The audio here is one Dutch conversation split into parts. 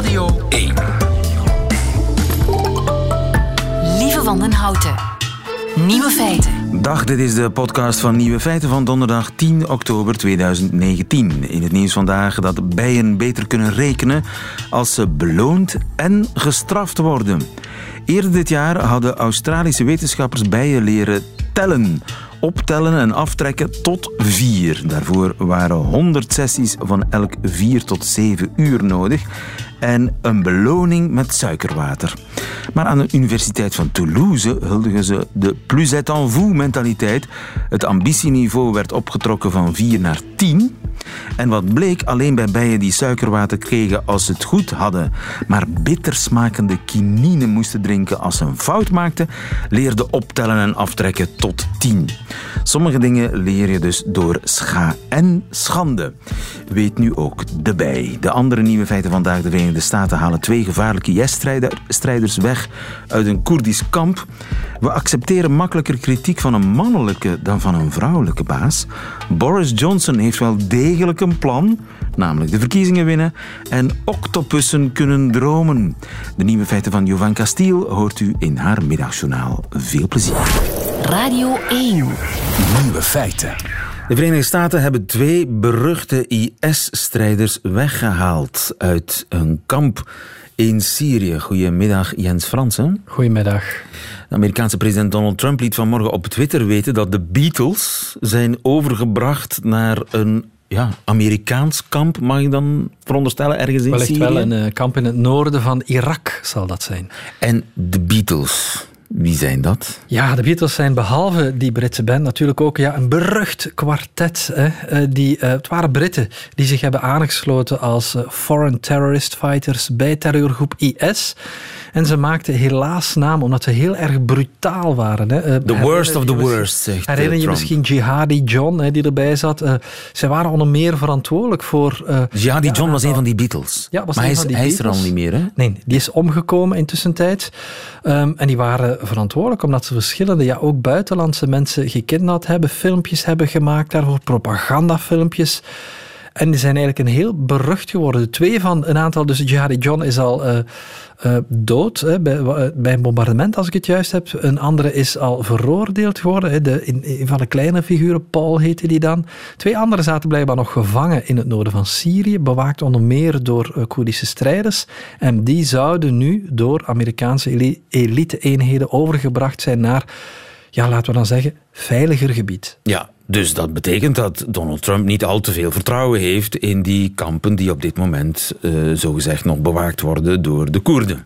Radio 1. Lieve Wandenhouten. Nieuwe feiten. Dag, dit is de podcast van Nieuwe Feiten van donderdag 10 oktober 2019. In het nieuws vandaag dat bijen beter kunnen rekenen als ze beloond en gestraft worden. Eerder dit jaar hadden Australische wetenschappers bijen leren tellen. Optellen en aftrekken tot 4. Daarvoor waren 100 sessies van elk 4 tot 7 uur nodig en een beloning met suikerwater. Maar aan de Universiteit van Toulouse huldigen ze de plus est en vous mentaliteit. Het ambitieniveau werd opgetrokken van 4 naar 10. En wat bleek, alleen bij bijen die suikerwater kregen als ze het goed hadden, maar bitter smakende quinine moesten drinken als ze een fout maakten, leerden optellen en aftrekken tot 10. Sommige dingen leer je dus door scha en schande. Weet nu ook de bij. De andere nieuwe feiten vandaag. De Verenigde Staten halen 2 gevaarlijke IS-strijders weg uit een Koerdisch kamp. We accepteren makkelijker kritiek van een mannelijke dan van een vrouwelijke baas. Boris Johnson heeft wel degelijk een plan, namelijk de verkiezingen winnen. En octopussen kunnen dromen. De nieuwe feiten van Jovan Castiel hoort u in haar middagjournaal. Veel plezier. Radio 1. Nieuwe feiten. De Verenigde Staten hebben 2 beruchte IS-strijders weggehaald uit een kamp in Syrië. Goedemiddag, Jens Fransen. Goedemiddag. De Amerikaanse president Donald Trump liet vanmorgen op Twitter weten dat de Beatles zijn overgebracht naar een Amerikaans kamp, mag ik dan veronderstellen, ergens in Syrië? Wellicht wel een kamp in het noorden van Irak zal dat zijn. En de Beatles, wie zijn dat? Ja, de Beatles zijn behalve die Britse band natuurlijk ook een berucht kwartet. Het waren Britten die zich hebben aangesloten als foreign terrorist fighters bij terreurgroep IS. En ze maakten helaas naam omdat ze heel erg brutaal waren. The worst of the worst, zegt Trump. Herinner je misschien Jihadi John, die erbij zat? Zij waren onder meer verantwoordelijk voor... Jihadi John was een van die Beatles. Ja, was maar hij is er al Beatles. niet meer, hè? Nee, die is omgekomen in tussentijd. En die waren verantwoordelijk omdat ze verschillende, ook buitenlandse mensen gekidnapt hebben, filmpjes hebben gemaakt daarvoor, propagandafilmpjes. En die zijn eigenlijk een heel berucht geworden. 2 van een aantal, dus Jihadi John is al dood bij een bombardement, als ik het juist heb. Een andere is al veroordeeld geworden. Een van de kleine figuren, Paul heette die dan. 2 anderen zaten blijkbaar nog gevangen in het noorden van Syrië, bewaakt onder meer door Koerdische strijders. En die zouden nu door Amerikaanse elite-eenheden overgebracht zijn naar, laten we dan zeggen, veiliger gebied. Ja, dus dat betekent dat Donald Trump niet al te veel vertrouwen heeft in die kampen die op dit moment zogezegd nog bewaakt worden door de Koerden.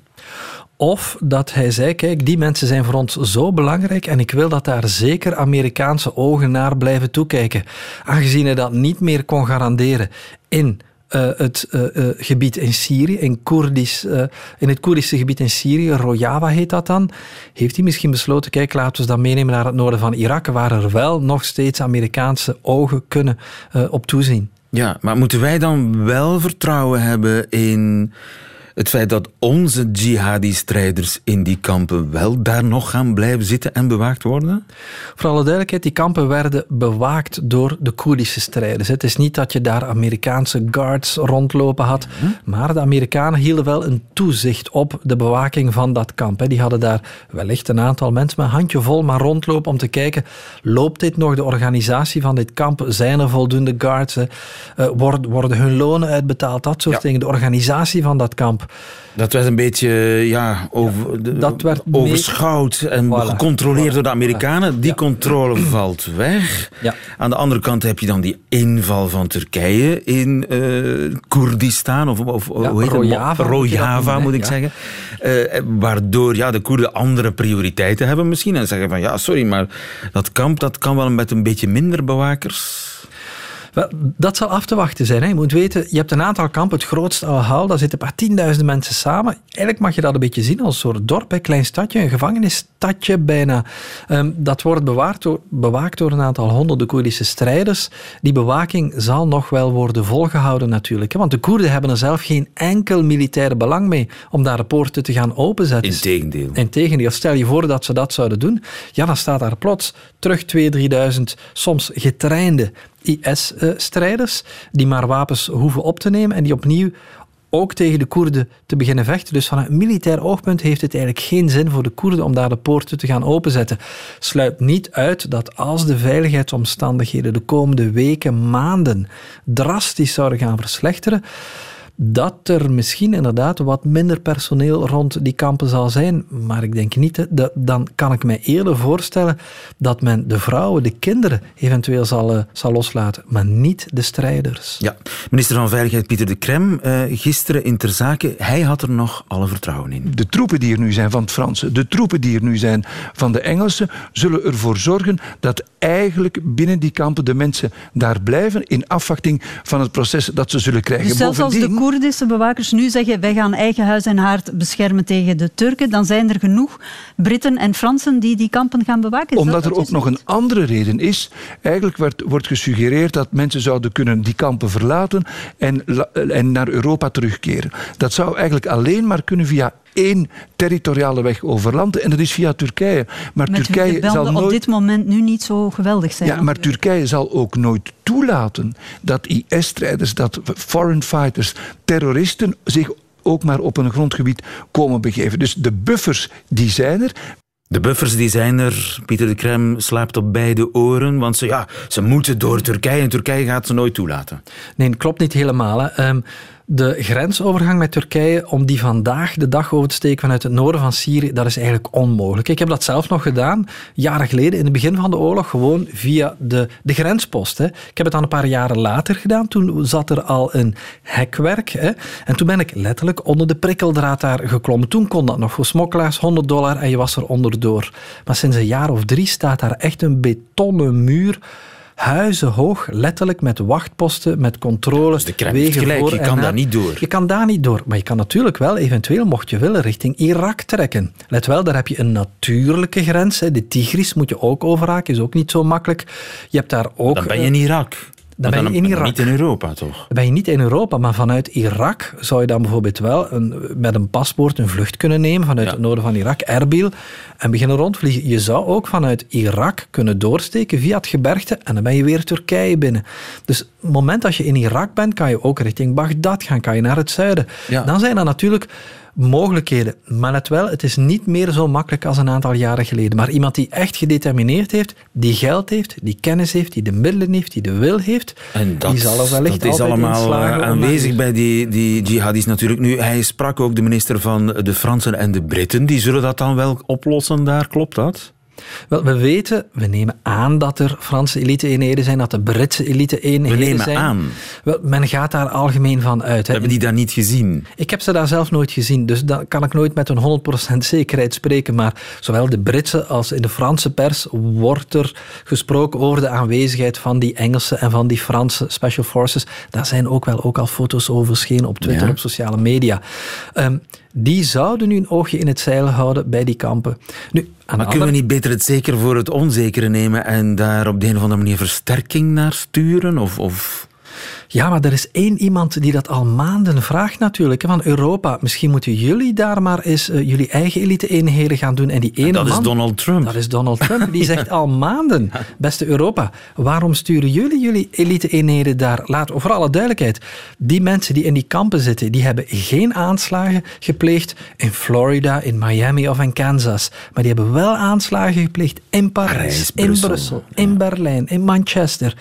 Of dat hij zei, kijk, die mensen zijn voor ons zo belangrijk en ik wil dat daar zeker Amerikaanse ogen naar blijven toekijken. Aangezien hij dat niet meer kon garanderen in het gebied in Syrië, in het Koerdische gebied in Syrië, Rojava heet dat dan, heeft hij misschien besloten, kijk, laten we ze dan meenemen naar het noorden van Irak, waar er wel nog steeds Amerikaanse ogen kunnen op toezien. Ja, maar moeten wij dan wel vertrouwen hebben in het feit dat onze jihadi-strijders in die kampen wel daar nog gaan blijven zitten en bewaakt worden? Voor alle duidelijkheid, die kampen werden bewaakt door de Koerdische strijders. Het is niet dat je daar Amerikaanse guards rondlopen had, maar de Amerikanen hielden wel een toezicht op de bewaking van dat kamp. Die hadden daar wellicht een aantal mensen met een handjevol maar rondlopen om te kijken, loopt dit nog, de organisatie van dit kamp? Zijn er voldoende guards? Worden hun lonen uitbetaald? Dat soort dingen. De organisatie van dat kamp. Dat werd een beetje overschouwd en gecontroleerd door de Amerikanen. Die controle valt weg. Ja. Aan de andere kant heb je dan die inval van Turkije in Koerdistan. Of hoe heet het? Rojava moet ik zeggen. Waardoor de Koerden andere prioriteiten hebben misschien. En zeggen van sorry, maar dat kamp dat kan wel met een beetje minder bewakers. Wel, dat zal af te wachten zijn. Hè. Je moet weten, je hebt een aantal kampen. Het grootste Al-Hal, daar zitten een paar 10.000 mensen samen. Eigenlijk mag je dat een beetje zien als een soort dorp, een klein stadje, een gevangenisstadje bijna. Dat wordt bewaakt door een aantal honderden Koerdische strijders. Die bewaking zal nog wel worden volgehouden natuurlijk. Hè. Want de Koerden hebben er zelf geen enkel militaire belang mee om daar de poorten te gaan openzetten. Integendeel. Stel je voor dat ze dat zouden doen, dan staat daar plots terug 2.000-3.000 soms getrainde IS-strijders die maar wapens hoeven op te nemen en die opnieuw ook tegen de Koerden te beginnen vechten. Dus vanuit een militair oogpunt heeft het eigenlijk geen zin voor de Koerden om daar de poorten te gaan openzetten. Sluit niet uit dat als de veiligheidsomstandigheden de komende weken, maanden drastisch zouden gaan verslechteren, dat er misschien inderdaad wat minder personeel rond die kampen zal zijn. Maar ik denk niet, dan kan ik mij eerder voorstellen dat men de vrouwen, de kinderen eventueel zal loslaten, maar niet de strijders. Ja, minister van Veiligheid Pieter de Crem, gisteren in Ter Zake, hij had er nog alle vertrouwen in. De troepen die er nu zijn van het Franse, de troepen die er nu zijn van de Engelsen, zullen ervoor zorgen dat eigenlijk binnen die kampen de mensen daar blijven in afwachting van het proces dat ze zullen krijgen. Dus zelfs als de Koerdische bewakers nu zeggen wij gaan eigen huis en haard beschermen tegen de Turken, dan zijn er genoeg Britten en Fransen die die kampen gaan bewaken. Omdat er ook nog een andere reden is. Eigenlijk wordt gesuggereerd dat mensen zouden kunnen die kampen verlaten en naar Europa terugkeren. Dat zou eigenlijk alleen maar kunnen via 1 territoriale weg over land en dat is via Turkije. Maar met Turkije de zal nooit op dit moment nu niet zo geweldig zijn. Ja, maar Turkije zal ook nooit toelaten dat IS-strijders, dat foreign fighters, terroristen zich ook maar op een grondgebied komen begeven. Dus de buffers die zijn er. De buffers die zijn er. Pieter de Crem slaapt op beide oren, want ze moeten door Turkije en Turkije gaat ze nooit toelaten. Nee, dat klopt niet helemaal. Hè. De grensovergang met Turkije, om die vandaag de dag over te steken vanuit het noorden van Syrië, dat is eigenlijk onmogelijk. Ik heb dat zelf nog gedaan, jaren geleden, in het begin van de oorlog, gewoon via de grenspost. Hè. Ik heb het dan een paar jaren later gedaan. Toen zat er al een hekwerk. Hè. En toen ben ik letterlijk onder de prikkeldraad daar geklommen. Toen kon dat nog voor smokkelaars, $100 en je was er onderdoor. Maar sinds een jaar of 3 staat daar echt een betonnen muur, huizenhoog, letterlijk met wachtposten, met controle. Dus de Crem heeft gelijk, je kan daar niet door. Je kan daar niet door, maar je kan natuurlijk wel, eventueel, mocht je willen, richting Irak trekken. Let wel, daar heb je een natuurlijke grens. Hè. De Tigris moet je ook overraken, is ook niet zo makkelijk. Je hebt daar ook... Dan ben je in Irak. Dan ben je in Irak. Niet in Europa, toch? Dan ben je niet in Europa, maar vanuit Irak zou je dan bijvoorbeeld wel met een paspoort een vlucht kunnen nemen vanuit het noorden van Irak, Erbil, en beginnen rondvliegen. Je zou ook vanuit Irak kunnen doorsteken via het gebergte en dan ben je weer Turkije binnen. Dus op het moment dat je in Irak bent, kan je ook richting Bagdad gaan, kan je naar het zuiden. Ja. Dan zijn er natuurlijk mogelijkheden. Maar let wel, het is niet meer zo makkelijk als een aantal jaren geleden. Maar iemand die echt gedetermineerd heeft, die geld heeft, die kennis heeft, die de middelen heeft, die de wil heeft, en die zal er wellicht dat is allemaal aanwezig bij die jihadis natuurlijk. Nu, hij sprak ook de minister van de Fransen en de Britten. Die zullen dat dan wel oplossen daar, klopt dat? Wel, we nemen aan dat er Franse elite-eenheden zijn, dat de Britse elite-eenheden zijn. Aan. Wel, men gaat daar algemeen van uit. Hè. Hebben die dat niet gezien? Ik heb ze daar zelf nooit gezien, dus dan kan ik nooit met een 100% zekerheid spreken. Maar zowel de Britse als in de Franse pers wordt er gesproken over de aanwezigheid van die Engelse en van die Franse Special Forces. Daar zijn ook al foto's over verschenen op Twitter, op sociale media. Die zouden nu een oogje in het zeil houden bij die kampen. Nu, maar kunnen we niet beter het zeker voor het onzekere nemen en daar op de een of andere manier versterking naar sturen? Of... Ja, maar er is één iemand die dat al maanden vraagt natuurlijk, van Europa. Misschien moeten jullie daar maar eens jullie eigen elite-eenheden gaan doen. En die ene dat man... is Donald Trump. Dat is Donald Trump. Die zegt al maanden, beste Europa, waarom sturen jullie elite-eenheden daar? Voor alle duidelijkheid, die mensen die in die kampen zitten, die hebben geen aanslagen gepleegd in Florida, in Miami of in Kansas. Maar die hebben wel aanslagen gepleegd in Parijs, in Brussel, in Berlijn, in Manchester.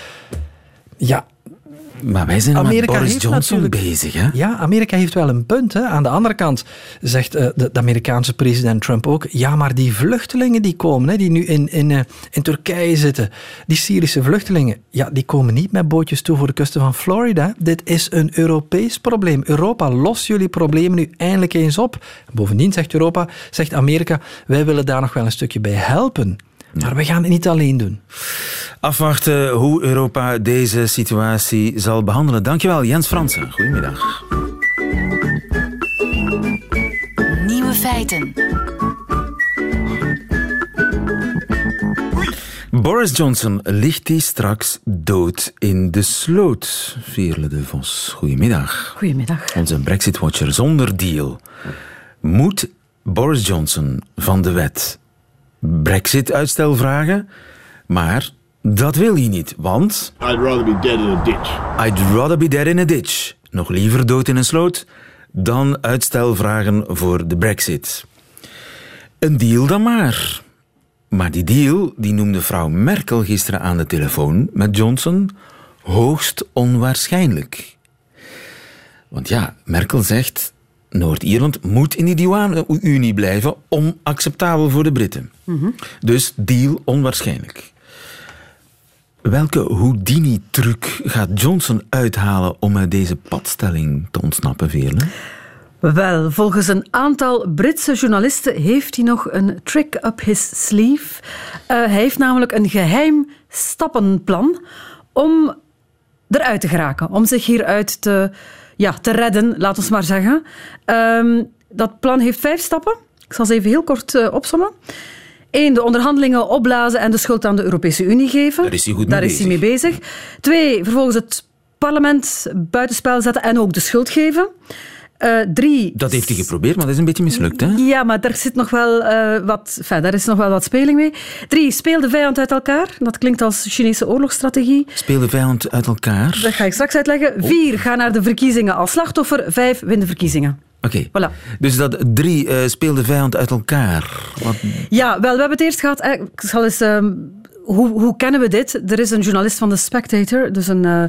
Ja. Maar wij zijn met Boris Johnson bezig, hè? Ja, Amerika heeft wel een punt. Hè. Aan de andere kant zegt de Amerikaanse president Trump ook, ja, maar die vluchtelingen die komen, hè, die nu in Turkije zitten, die Syrische vluchtelingen, ja, die komen niet met bootjes toe voor de kusten van Florida. Dit is een Europees probleem. Europa, los jullie problemen nu eindelijk eens op. Bovendien zegt Amerika, wij willen daar nog wel een stukje bij helpen. Maar we gaan het niet alleen doen. Afwachten hoe Europa deze situatie zal behandelen. Dankjewel, Jens Fransen. Goedemiddag. Nieuwe feiten. Boris Johnson, ligt hij straks dood in de sloot? Veerle de Vos, goedemiddag. Goedemiddag. Onze Brexit-watcher zonder deal. Moet Boris Johnson van de wet Brexit-uitstel vragen? Maar dat wil hij niet, want... I'd rather be dead in a ditch. I'd rather be dead in a ditch. nog liever dood in een sloot dan uitstel vragen voor de Brexit. Een deal dan maar. Maar die deal die noemde mevrouw Merkel gisteren aan de telefoon met Johnson hoogst onwaarschijnlijk. Want ja, Merkel zegt, Noord-Ierland moet in die douane-unie blijven, onacceptabel voor de Britten. Dus deal onwaarschijnlijk. Welke Houdini-truc gaat Johnson uithalen om uit deze padstelling te ontsnappen, Veerle? Wel, volgens een aantal Britse journalisten heeft hij nog een trick up his sleeve. Hij heeft namelijk een geheim stappenplan om eruit te geraken. Om zich hieruit te redden, laat ons maar zeggen. Dat plan heeft 5 stappen. Ik zal ze even heel kort opsommen. 1, de onderhandelingen opblazen en de schuld aan de Europese Unie geven. Daar is hij goed Daar is hij mee bezig. 2, vervolgens het parlement buitenspel zetten en ook de schuld geven. 3... Dat heeft hij geprobeerd, maar dat is een beetje mislukt, hè? Ja, maar daar zit nog wel daar is nog wel wat speling mee. 3, speel de vijand uit elkaar. Dat klinkt als Chinese oorlogsstrategie. Speel de vijand uit elkaar. Dat ga ik straks uitleggen. 4, ga naar de verkiezingen als slachtoffer. 5, win de verkiezingen. Oké. Voilà. Dus dat 3, speel de vijand uit elkaar. Wat... Ja, wel, we hebben het eerst gehad... Ik zal eens... Hoe kennen we dit? Er is een journalist van The Spectator, dus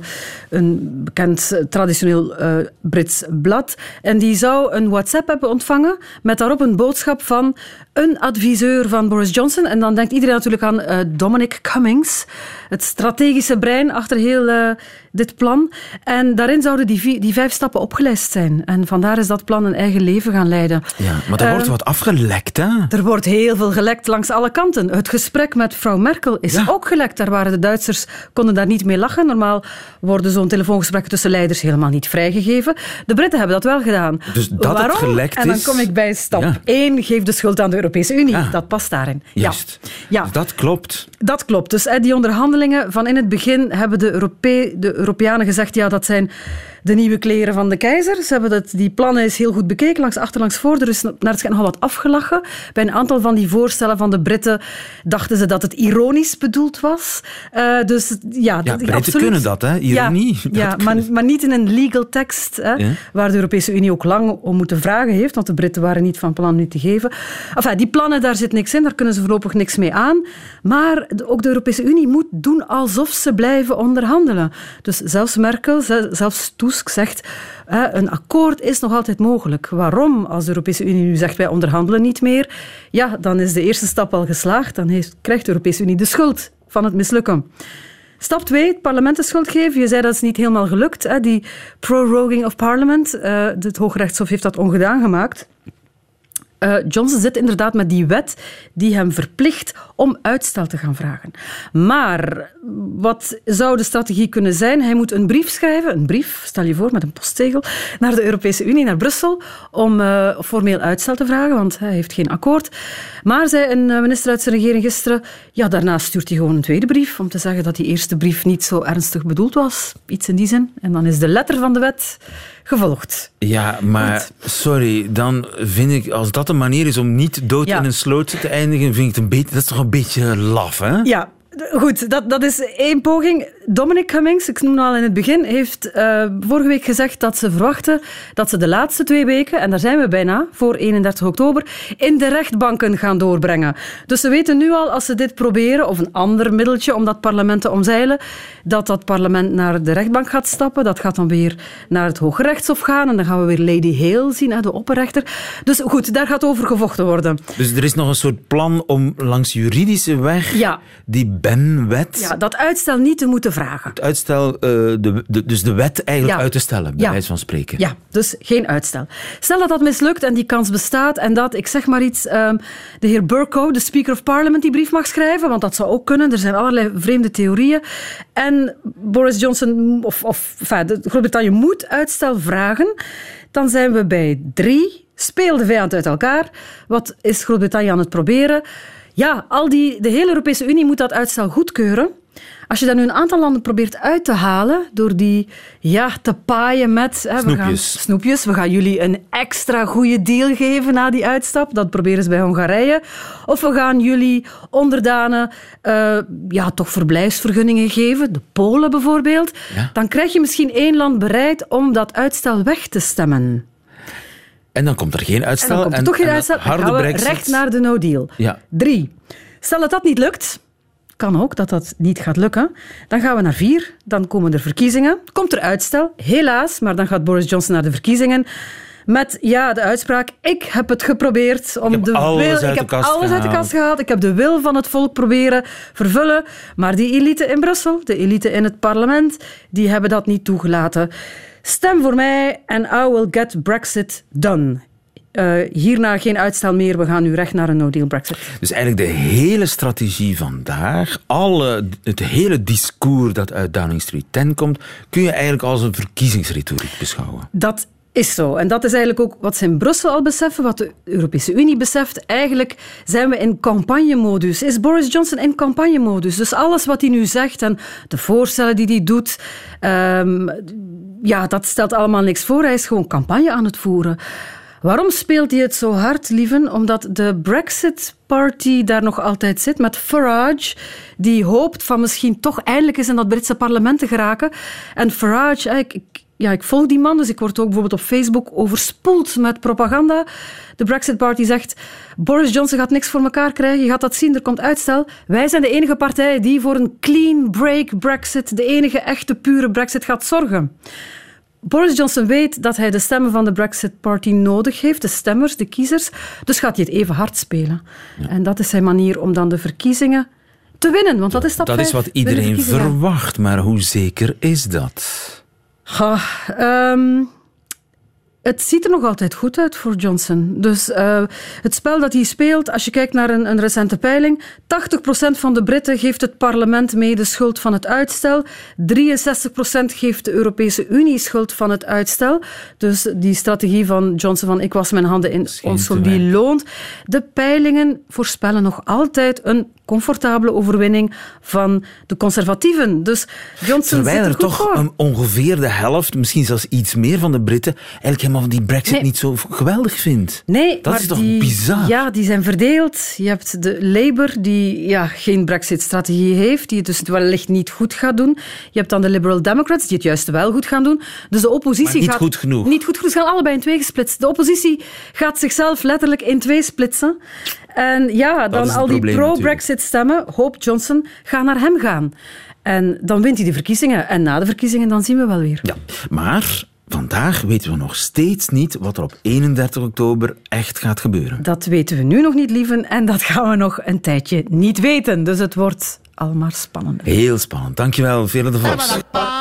een bekend traditioneel Brits blad. En die zou een WhatsApp hebben ontvangen met daarop een boodschap van een adviseur van Boris Johnson. En dan denkt iedereen natuurlijk aan Dominic Cummings, het strategische brein achter heel dit plan. En daarin zouden die 5 stappen opgelijst zijn. En vandaar is dat plan een eigen leven gaan leiden. Ja, maar er wordt wat afgelekt, hè? Er wordt heel veel gelekt langs alle kanten. Het gesprek met mevrouw Merkel is ook gelekt. Daar waren de Duitsers, konden daar niet mee lachen. Normaal worden zo'n telefoongesprekken tussen leiders helemaal niet vrijgegeven. De Britten hebben dat wel gedaan. Dus dat waarom? het gelekt is... En dan kom ik bij stap 1, geef de schuld aan de Europese Unie. Ja. Dat past daarin. Juist. Ja. Dus dat klopt. Dat klopt. Dus die onderhandelingen van in het begin hebben de Europeanen gezegd, ja, dat zijn de nieuwe kleren van de keizer. Ze hebben die plannen eens heel goed bekeken, langs achter, langs voor. Er is naar het schijnt nogal wat afgelachen. Bij een aantal van die voorstellen van de Britten dachten ze dat het ironisch bedoeld was. Dus ja, Britten absoluut. kunnen dat, hè? Ironie. Ja, maar niet in een legal text, hè, waar de Europese Unie ook lang om moeten vragen heeft, want de Britten waren niet van plan nu te geven. Enfin, die plannen, daar zit niks in, daar kunnen ze voorlopig niks mee aan. Maar ook de Europese Unie moet doen alsof ze blijven onderhandelen. Dus zelfs Merkel, zelfs Tusk zegt, een akkoord is nog altijd mogelijk. Waarom? Als de Europese Unie nu zegt, wij onderhandelen niet meer, ja, dan is de eerste stap al geslaagd. Dan krijgt de Europese Unie de schuld van het mislukken. Stap 2, het parlement de schuld geven. Je zei dat is niet helemaal gelukt. Hè? Die proroguing of parliament, het Hooggerechtshof heeft dat ongedaan gemaakt. Johnson zit inderdaad met die wet die hem verplicht om uitstel te gaan vragen. Maar wat zou de strategie kunnen zijn? Hij moet een brief schrijven, een brief, stel je voor, met een postzegel, naar de Europese Unie, naar Brussel, om formeel uitstel te vragen, want hij heeft geen akkoord. Maar zei een minister uit zijn regering gisteren, ja, daarna stuurt hij gewoon een tweede brief, om te zeggen dat die eerste brief niet zo ernstig bedoeld was. Iets in die zin. En dan is de letter van de wet gevolgd. Ja, maar sorry, dan vind ik, als dat een manier is om niet dood in een sloot te eindigen, vind ik het een beetje, dat is toch een beetje laf, hè? Ja, goed, dat is één poging. Dominic Cummings, ik noemde al in het begin, heeft vorige week gezegd dat ze verwachten dat ze de laatste 2 weken, en daar zijn we bijna, voor 31 oktober, in de rechtbanken gaan doorbrengen. Dus ze weten nu al, als ze dit proberen, of een ander middeltje om dat parlement te omzeilen, dat parlement naar de rechtbank gaat stappen. Dat gaat dan weer naar het Hooggerechtshof gaan en dan gaan we weer Lady Hale zien, de opperrechter. Dus goed, daar gaat over gevochten worden. Dus er is nog een soort plan om langs juridische weg die Ben-wet... Ja, dat uitstel niet te moeten vragen. Het uitstel, dus de wet eigenlijk uit te stellen, bij wijze van spreken. Ja, dus geen uitstel. Stel dat dat mislukt en die kans bestaat en dat, ik zeg maar iets, de heer Bercow, de Speaker of Parliament, die brief mag schrijven, want dat zou ook kunnen. Er zijn allerlei vreemde theorieën. En Boris Johnson, Groot-Brittannië moet uitstel vragen. Dan zijn we bij 3. Speel de vijand uit elkaar. Wat is Groot-Brittannië aan het proberen? Ja, de hele Europese Unie moet dat uitstel goedkeuren. Als je dan nu een aantal landen probeert uit te halen door die te paaien met snoepjes. We gaan jullie een extra goede deal geven na die uitstap. Dat proberen ze bij Hongarije. Of we gaan jullie onderdanen toch verblijfsvergunningen geven. De Polen bijvoorbeeld. Ja. Dan krijg je misschien 1 land bereid om dat uitstel weg te stemmen. En dan komt er geen uitstel. En dan komt er toch geen uitstel. Dan gaan we recht naar de no-deal. Ja. 3. Stel dat dat niet lukt, kan ook dat niet gaat lukken, dan gaan we naar 4. Dan komen er verkiezingen. Komt er uitstel, helaas, maar dan gaat Boris Johnson naar de verkiezingen met de uitspraak: ik heb het geprobeerd om ik heb alles uit de kast gehaald. Ik heb de wil van het volk proberen vervullen. Maar die elite in Brussel, de elite in het parlement, die hebben dat niet toegelaten. Stem voor mij and I will get Brexit done. Hierna geen uitstel meer. We gaan nu recht naar een no-deal Brexit. Dus eigenlijk de hele strategie vandaag, het hele discours dat uit Downing Street 10 komt, kun je eigenlijk als een verkiezingsretoriek beschouwen. Dat is zo. En dat is eigenlijk ook wat ze in Brussel al beseffen, wat de Europese Unie beseft. Eigenlijk zijn we in campagnemodus. Is Boris Johnson in campagnemodus? Dus alles wat hij nu zegt en de voorstellen die hij doet, dat stelt allemaal niks voor. Hij is gewoon campagne aan het voeren. Waarom speelt hij het zo hard, lieven? Omdat de Brexit-party daar nog altijd zit met Farage, die hoopt van misschien toch eindelijk eens in dat Britse parlement te geraken. En Farage, ik volg die man, dus ik word ook bijvoorbeeld op Facebook overspoeld met propaganda. De Brexit-party zegt: Boris Johnson gaat niks voor elkaar krijgen, je gaat dat zien, er komt uitstel. Wij zijn de enige partij die voor een clean break Brexit, de enige echte pure Brexit, gaat zorgen. Boris Johnson weet dat hij de stemmen van de Brexit-party nodig heeft, de stemmers, de kiezers, dus gaat hij het even hard spelen. Ja. En dat is zijn manier om dan de verkiezingen te winnen, want dat is stap 5. Dat is wat iedereen verwacht, maar hoe zeker is dat? Het ziet er nog altijd goed uit voor Johnson. Dus het spel dat hij speelt, als je kijkt naar een recente peiling, 80% van de Britten geeft het parlement mee de schuld van het uitstel. 63% geeft de Europese Unie schuld van het uitstel. Dus die strategie van Johnson van ik was mijn handen in onschuld, die loont. De peilingen voorspellen nog altijd een comfortabele overwinning van de conservatieven. Dus Johnson terwijl zit er toch voor. ongeveer de helft, misschien zelfs iets meer van de Britten, eigenlijk helemaal van die Brexit niet zo geweldig vindt. Nee, dat is toch bizar? Ja, die zijn verdeeld. Je hebt de Labour, die geen Brexit-strategie heeft, die het dus wellicht niet goed gaat doen. Je hebt dan de Liberal Democrats, die het juist wel goed gaan doen. Dus de oppositie gaat goed genoeg. Niet goed genoeg. Ze gaan allebei in 2 gesplitst. De oppositie gaat zichzelf letterlijk in 2 splitsen. En dan al die pro-Brexit stemmen, hoopt Johnson, gaan naar hem gaan. En dan wint hij de verkiezingen. En na de verkiezingen, dan zien we wel weer. Ja, maar vandaag weten we nog steeds niet wat er op 31 oktober echt gaat gebeuren. Dat weten we nu nog niet, lieven. En dat gaan we nog een tijdje niet weten. Dus het wordt almaar spannender. Heel spannend. Dankjewel, Veerle de Vos.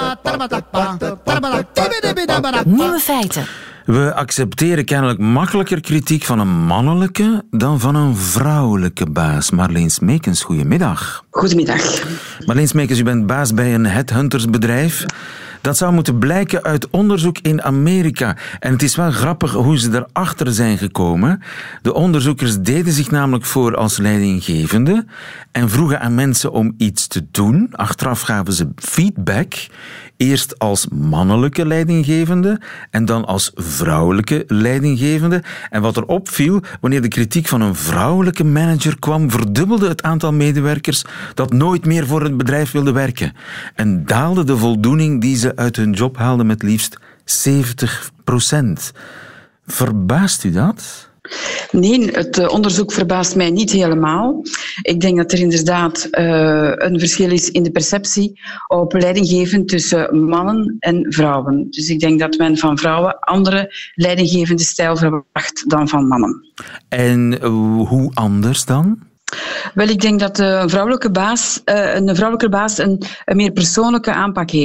Nieuwe feiten. We accepteren kennelijk makkelijker kritiek van een mannelijke dan van een vrouwelijke baas. Marleen Smeekens, goedemiddag. Goedemiddag. Marleen Smeekens, u bent baas bij een headhuntersbedrijf. Dat zou moeten blijken uit onderzoek in Amerika. En het is wel grappig hoe ze erachter zijn gekomen. De onderzoekers deden zich namelijk voor als leidinggevende en vroegen aan mensen om iets te doen. Achteraf gaven ze feedback. Eerst als mannelijke leidinggevende en dan als vrouwelijke leidinggevende. En wat er opviel, wanneer de kritiek van een vrouwelijke manager kwam, verdubbelde het aantal medewerkers dat nooit meer voor het bedrijf wilde werken. En daalde de voldoening die ze uit hun job haalden met liefst 70%. Verbaast u dat? Nee, het onderzoek verbaast mij niet helemaal. Ik denk dat er inderdaad een verschil is in de perceptie op leidinggevend tussen mannen en vrouwen. Dus ik denk dat men van vrouwen andere leidinggevende stijl verwacht dan van mannen. En hoe anders dan? Wel, ik denk dat een vrouwelijke baas een meer persoonlijke aanpak heeft.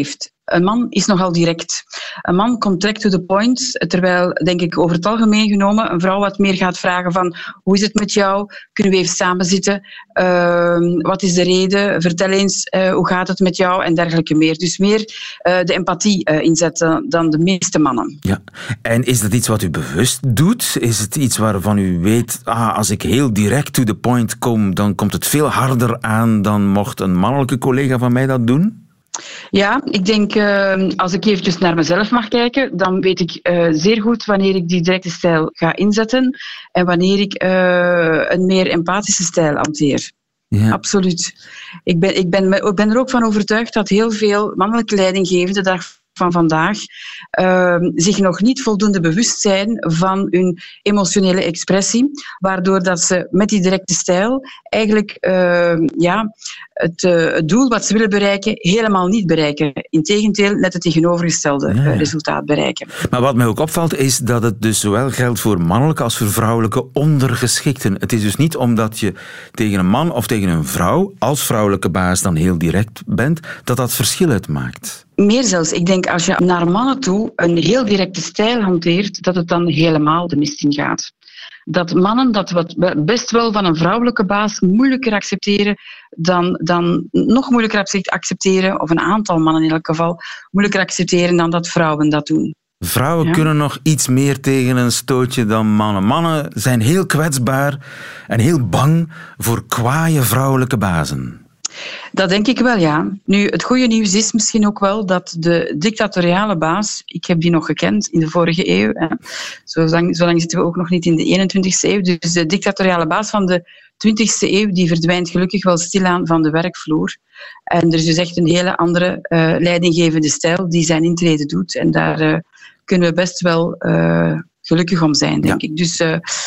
Een man is nogal direct. Een man komt direct to the point, terwijl, denk ik, over het algemeen genomen een vrouw wat meer gaat vragen van hoe is het met jou? Kunnen we even samen zitten? Wat is de reden? Vertel eens, hoe gaat het met jou? En dergelijke meer. Dus meer de empathie inzetten dan de meeste mannen. Ja. En is dat iets wat u bewust doet? Is het iets waarvan u weet, als ik heel direct to the point kom, dan komt het veel harder aan dan mocht een mannelijke collega van mij dat doen? Ja, ik denk, als ik eventjes naar mezelf mag kijken, dan weet ik zeer goed wanneer ik die directe stijl ga inzetten en wanneer ik een meer empathische stijl hanteer. Ja. Absoluut. Ik ben er ook van overtuigd dat heel veel mannelijke leidinggevenden de dag van vandaag zich nog niet voldoende bewust zijn van hun emotionele expressie, waardoor dat ze met die directe stijl eigenlijk het doel wat ze willen bereiken helemaal niet bereiken. Integendeel, net het tegenovergestelde resultaat bereiken. Maar wat mij ook opvalt is dat het dus zowel geldt voor mannelijke als voor vrouwelijke ondergeschikten. Het is dus niet omdat je tegen een man of tegen een vrouw als vrouwelijke baas dan heel direct bent, dat verschil uitmaakt. Meer zelfs. Ik denk als je naar mannen toe een heel directe stijl hanteert, dat het dan helemaal de mist in gaat. Dat mannen dat best wel van een vrouwelijke baas moeilijker accepteren dan nog moeilijker accepteren, of een aantal mannen in elk geval, moeilijker accepteren dan dat vrouwen dat doen. Vrouwen kunnen nog iets meer tegen een stootje dan mannen. Mannen zijn heel kwetsbaar en heel bang voor kwaaie vrouwelijke bazen. Dat denk ik wel, ja. Nu, het goede nieuws is misschien ook wel dat de dictatoriale baas, ik heb die nog gekend in de vorige eeuw, zo lang zitten we ook nog niet in de 21ste eeuw, dus de dictatoriale baas van de 20ste eeuw, die verdwijnt gelukkig wel stilaan van de werkvloer. En er is dus echt een hele andere leidinggevende stijl die zijn intrede doet. En daar kunnen we best wel gelukkig om zijn, denk ik. Dus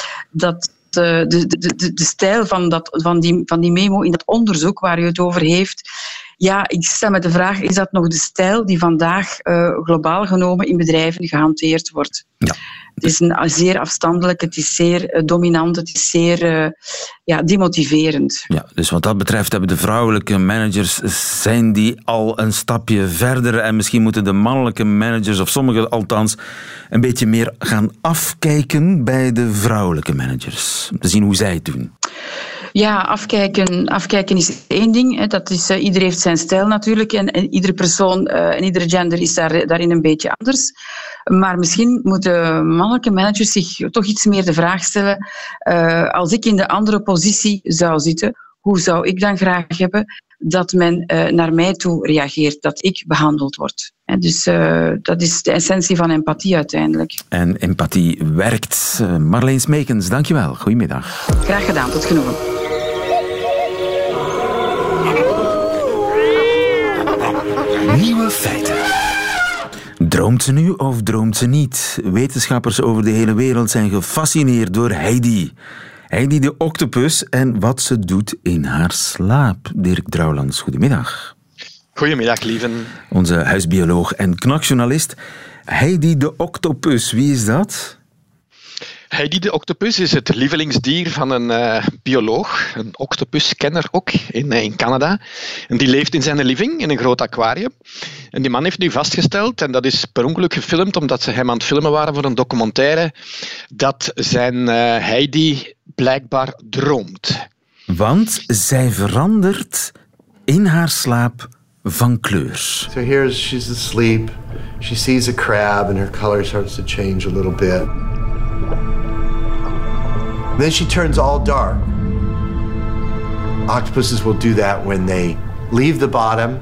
de stijl van die memo in dat onderzoek waar u het over heeft, ja, ik stel me de vraag, is dat nog de stijl die vandaag globaal genomen in bedrijven gehanteerd wordt? Ja. Het is zeer afstandelijk, het is zeer dominant, het is zeer demotiverend. Ja, dus wat dat betreft hebben de vrouwelijke managers, zijn die al een stapje verder en misschien moeten de mannelijke managers, of sommigen althans, een beetje meer gaan afkijken bij de vrouwelijke managers. Om te zien hoe zij het doen. Ja, afkijken is één ding. Hè. Dat is, ieder heeft zijn stijl natuurlijk en iedere persoon en iedere gender is daarin een beetje anders. Maar misschien moeten mannelijke managers zich toch iets meer de vraag stellen, als ik in de andere positie zou zitten, hoe zou ik dan graag hebben dat men naar mij toe reageert, dat ik behandeld word. Dus dat is de essentie van empathie uiteindelijk. En empathie werkt. Marleen Smeekens, dankjewel. Goedemiddag. Graag gedaan, tot genoegen. Nieuwe feiten. Droomt ze nu of droomt ze niet? Wetenschappers over de hele wereld zijn gefascineerd door Heidi. Heidi de octopus en wat ze doet in haar slaap. Dirk Drouwlands, goedemiddag. Goedemiddag, lieven. Onze huisbioloog en knakjournalist. Heidi de octopus, wie is dat? Heidi de octopus is het lievelingsdier van een bioloog, een octopuskenner ook, in Canada. En die leeft in zijn living, in een groot aquarium. En die man heeft nu vastgesteld, en dat is per ongeluk gefilmd, omdat ze hem aan het filmen waren voor een documentaire, dat zijn Heidi blijkbaar droomt. Want zij verandert in haar slaap van kleur. So she's asleep. She sees a crab and her color starts to change a little bit. Then she turns all dark. Octopuses will do that when they leave the bottom.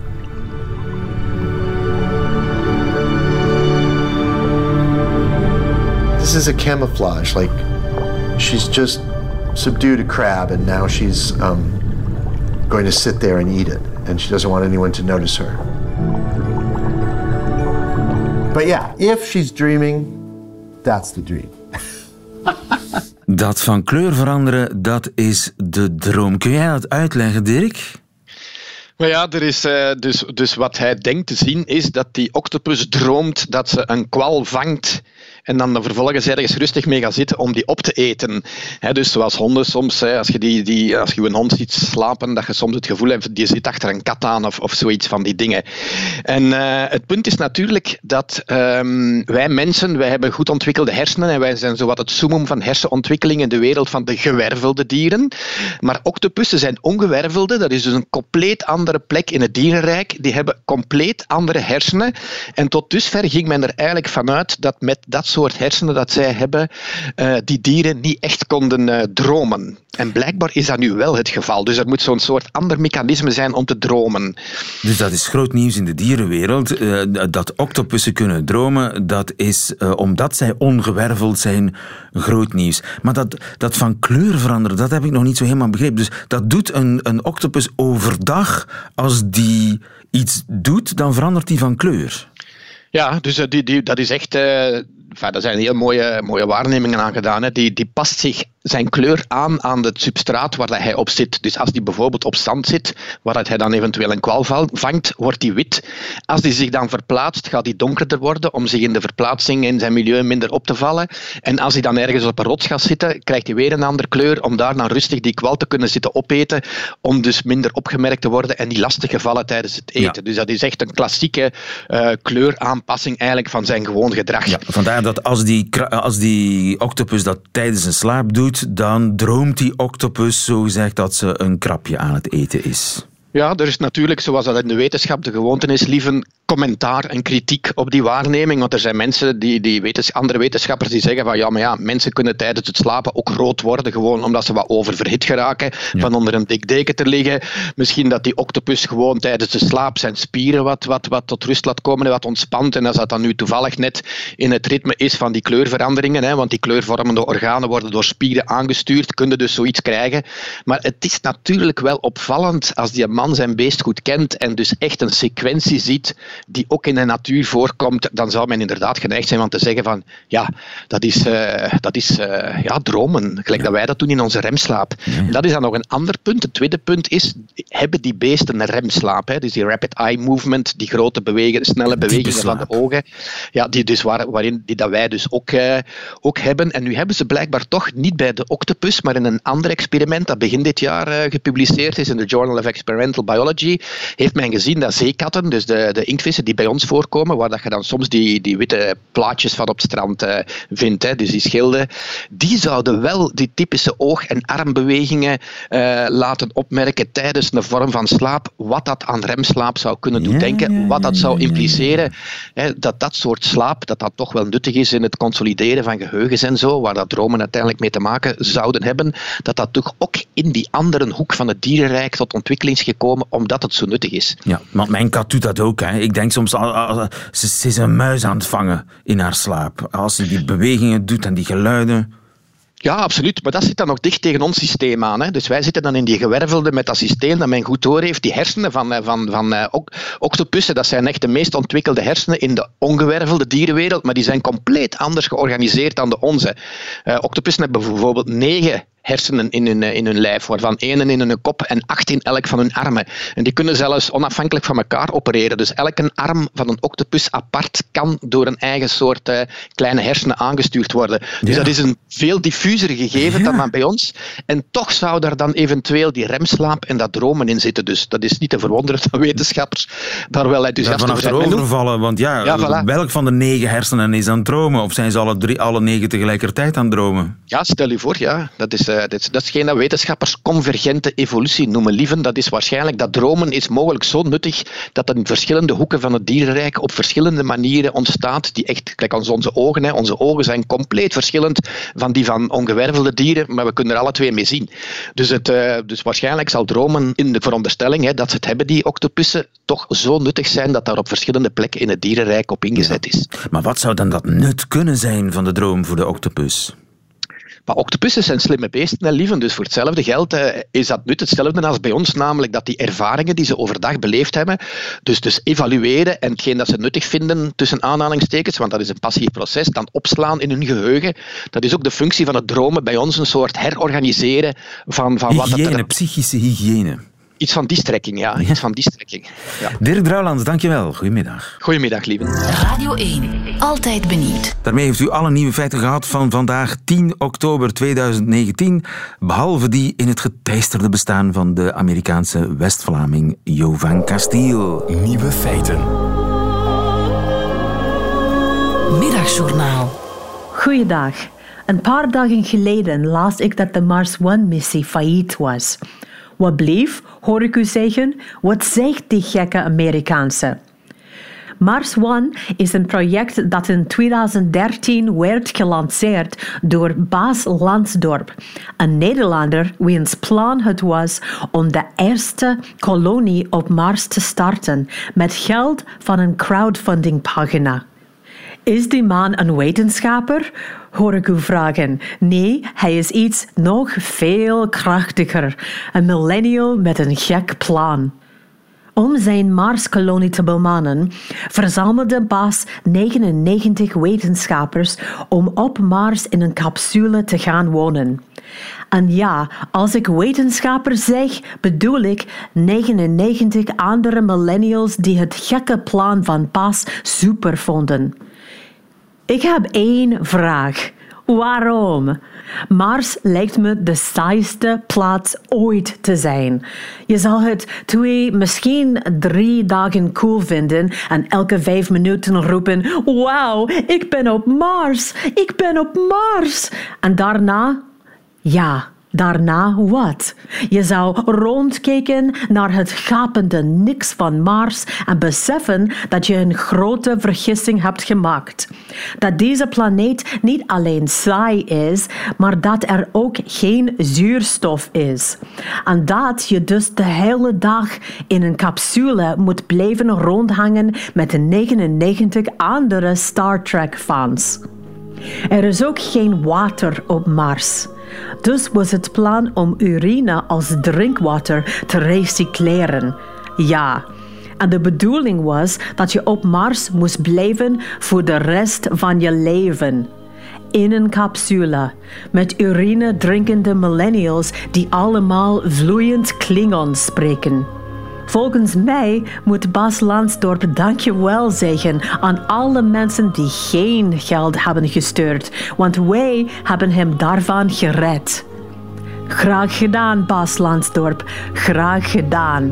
This is a camouflage, like she's just subdued a crab and now she's going to sit there and eat it, and she doesn't want anyone to notice her. But yeah, if she's dreaming, that's the dream. Dat van kleur veranderen, dat is de droom. Kun jij dat uitleggen, Dirk? Maar ja, er is, dus wat hij denkt te zien is dat die octopus droomt dat ze een kwal vangt en dan vervolgens ergens rustig mee gaan zitten om die op te eten. Dus zoals honden soms, als je een hond ziet slapen, dat je soms het gevoel hebt, die zit achter een kat aan of zoiets van die dingen. En het punt is natuurlijk dat wij mensen, wij hebben goed ontwikkelde hersenen en wij zijn zowat het summum van hersenontwikkeling in de wereld van de gewervelde dieren. Maar octopussen zijn ongewervelde, dat is dus een compleet andere plek in het dierenrijk. Die hebben compleet andere hersenen. En tot dusver ging men er eigenlijk vanuit dat met dat soort hersenen dat zij hebben, die dieren niet echt konden dromen. En blijkbaar is dat nu wel het geval. Dus er moet zo'n soort ander mechanisme zijn om te dromen. Dus dat is groot nieuws in de dierenwereld. Dat octopussen kunnen dromen, dat is omdat zij ongewerveld zijn, groot nieuws. Maar dat van kleur veranderen, dat heb ik nog niet zo helemaal begrepen. Dus dat doet een octopus overdag. Als die iets doet, dan verandert die van kleur. Ja, dus dat is echt... daar zijn heel mooie waarnemingen aan gedaan. Hè. Die past zich zijn kleur aan het substraat waar hij op zit. Dus als die bijvoorbeeld op zand zit, waar hij dan eventueel een kwal vangt, wordt die wit. Als die zich dan verplaatst, gaat die donkerder worden om zich in de verplaatsing in zijn milieu minder op te vallen. En als hij dan ergens op een rots gaat zitten, krijgt hij weer een andere kleur om daar dan rustig die kwal te kunnen zitten opeten, om dus minder opgemerkt te worden en niet lastig gevallen tijdens het eten. Ja. Dus dat is echt een klassieke kleuraanpassing eigenlijk van zijn gewoon gedrag. Ja, vandaar dat als die octopus dat tijdens een slaap doet, dan droomt die octopus zogezegd dat ze een krabje aan het eten is. Ja, er is natuurlijk, zoals dat in de wetenschap de gewoonte is, lief een commentaar en kritiek op die waarneming. Want er zijn mensen, andere wetenschappers, die zeggen van ja, mensen kunnen tijdens het slapen ook rood worden, gewoon omdat ze wat oververhit geraken, van onder een dik deken te liggen. Misschien dat die octopus gewoon tijdens de slaap zijn spieren wat tot rust laat komen en wat ontspant. En als dat dan nu toevallig net in het ritme is van die kleurveranderingen, want die kleurvormende organen worden door spieren aangestuurd, kun je dus zoiets krijgen. Maar het is natuurlijk wel opvallend als die man zijn beest goed kent en dus echt een sequentie ziet die ook in de natuur voorkomt, dan zou men inderdaad geneigd zijn om te zeggen van ja, dat is dromen, gelijk dat wij dat doen in onze remslaap. En dat is dan nog een ander punt. Het tweede punt is, hebben die beesten een remslaap? Hè? Dus die rapid eye movement, die grote snelle bewegingen van de ogen, ja, die dus dat wij dus ook hebben. En nu hebben ze blijkbaar toch niet bij de octopus, maar in een ander experiment dat begin dit jaar gepubliceerd is in de Journal of Experimental Biology, heeft men gezien dat zeekatten, dus de inktvissen die bij ons voorkomen, waar dat je dan soms die witte plaatjes van op het strand vindt, hè, dus die schilden, die zouden wel die typische oog- en armbewegingen laten opmerken tijdens een vorm van slaap, wat dat aan remslaap zou kunnen doen denken, wat dat zou impliceren, hè, dat soort slaap, dat toch wel nuttig is in het consolideren van geheugens en zo, waar dat dromen uiteindelijk mee te maken zouden hebben, dat toch ook in die andere hoek van het dierenrijk tot ontwikkeling is gekomen, omdat het zo nuttig is. Ja, want mijn kat doet dat ook. Hè. Ik denk soms, ze is een muis aan het vangen in haar slaap. Als ze die bewegingen doet en die geluiden. Ja, absoluut. Maar dat zit dan nog dicht tegen ons systeem aan. Hè. Dus wij zitten dan in die gewervelde met dat systeem dat men goed doorheeft. Die hersenen van octopussen, dat zijn echt de meest ontwikkelde hersenen in de ongewervelde dierenwereld, maar die zijn compleet anders georganiseerd dan de onze. Octopussen hebben bijvoorbeeld 9 hersenen in hun lijf, waarvan 1 in hun kop en 8 in elk van hun armen. En die kunnen zelfs onafhankelijk van elkaar opereren. Dus elke arm van een octopus apart kan door een eigen soort kleine hersenen aangestuurd worden. Dus dat is een veel diffuser gegeven dan bij ons. En toch zou daar dan eventueel die remslaap en dat dromen in zitten. Dus dat is niet te verwonderen dat wetenschappers daar wel enthousiast over zijn. Overvallen, want welk van de 9 hersenen is aan het dromen? Of zijn ze alle 9 tegelijkertijd aan het dromen? Ja, stel je voor, ja. Dat is geen dat wetenschappers convergente evolutie noemen, lieven. Dat is waarschijnlijk dat dromen is mogelijk zo nuttig dat dat in verschillende hoeken van het dierenrijk op verschillende manieren ontstaat, die echt, kijk aan onze ogen. Hè. Onze ogen zijn compleet verschillend van die van ongewervelde dieren, maar we kunnen er alle twee mee zien. Dus waarschijnlijk zal dromen in de veronderstelling dat ze het hebben, die octopussen, toch zo nuttig zijn dat daar op verschillende plekken in het dierenrijk op ingezet is. Maar wat zou dan dat nut kunnen zijn van de droom voor de octopus? Maar octopussen zijn slimme beesten en lieven, dus voor hetzelfde geld is dat nut hetzelfde als bij ons, namelijk dat die ervaringen die ze overdag beleefd hebben, dus evalueren en hetgeen dat ze nuttig vinden, tussen aanhalingstekens, want dat is een passief proces, dan opslaan in hun geheugen. Dat is ook de functie van het dromen bij ons, een soort herorganiseren van wat... Psychische hygiëne. Iets van die strekking, ja. Iets van die strekking. Ja. Dirk Drouwlands, dankjewel. Goedemiddag. Goedemiddag, lieve. Radio 1, altijd benieuwd. Daarmee heeft u alle nieuwe feiten gehad van vandaag 10 oktober 2019, behalve die in het geteisterde bestaan van de Amerikaanse West-Vlaming Jo van Castiel. Nieuwe feiten. Middagjournaal. Goeiedag. Een paar dagen geleden las ik dat de Mars One-missie failliet was. Wat bleef, hoor ik u zeggen? Wat zegt die gekke Amerikaanse? Mars One is een project dat in 2013 werd gelanceerd door Bas Lansdorp, een Nederlander wiens plan het was om de eerste kolonie op Mars te starten met geld van een crowdfundingpagina. Is die man een wetenschapper? Hoor ik u vragen. Nee, hij is iets nog veel krachtiger. Een millennial met een gek plan. Om zijn Marskolonie te bemannen, verzamelde Bas 99 wetenschappers om op Mars in een capsule te gaan wonen. En ja, als ik wetenschappers zeg, bedoel ik 99 andere millennials die het gekke plan van Bas super vonden. Ik heb 1 vraag. Waarom? Mars lijkt me de saaiste plaats ooit te zijn. Je zal het 2, misschien 3 dagen cool vinden en elke 5 minuten roepen: wauw, ik ben op Mars, ik ben op Mars. En daarna? Ja, daarna wat? Je zou rondkijken naar het gapende niks van Mars en beseffen dat je een grote vergissing hebt gemaakt. Dat deze planeet niet alleen saai is, maar dat er ook geen zuurstof is. En dat je dus de hele dag in een capsule moet blijven rondhangen met de 99 andere Star Trek-fans. Er is ook geen water op Mars. Dus was het plan om urine als drinkwater te recycleren. Ja, en de bedoeling was dat je op Mars moest blijven voor de rest van je leven. In een capsule, met urine drinkende millennials die allemaal vloeiend Klingon spreken. Volgens mij moet Bas Lansdorp dankjewel zeggen aan alle mensen die geen geld hebben gestuurd, want wij hebben hem daarvan gered. Graag gedaan, Bas Lansdorp. Graag gedaan.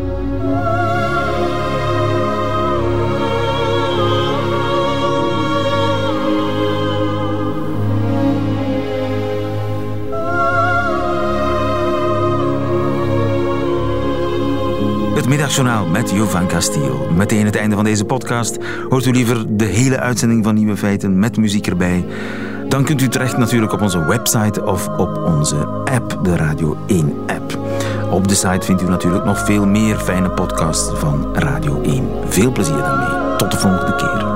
Het Middagjournaal met Jo van Castiel. Meteen het einde van deze podcast. Hoort u liever de hele uitzending van Nieuwe Feiten met muziek erbij? Dan kunt u terecht natuurlijk op onze website of op onze app, de Radio 1-app. Op de site vindt u natuurlijk nog veel meer fijne podcasts van Radio 1. Veel plezier daarmee. Tot de volgende keer.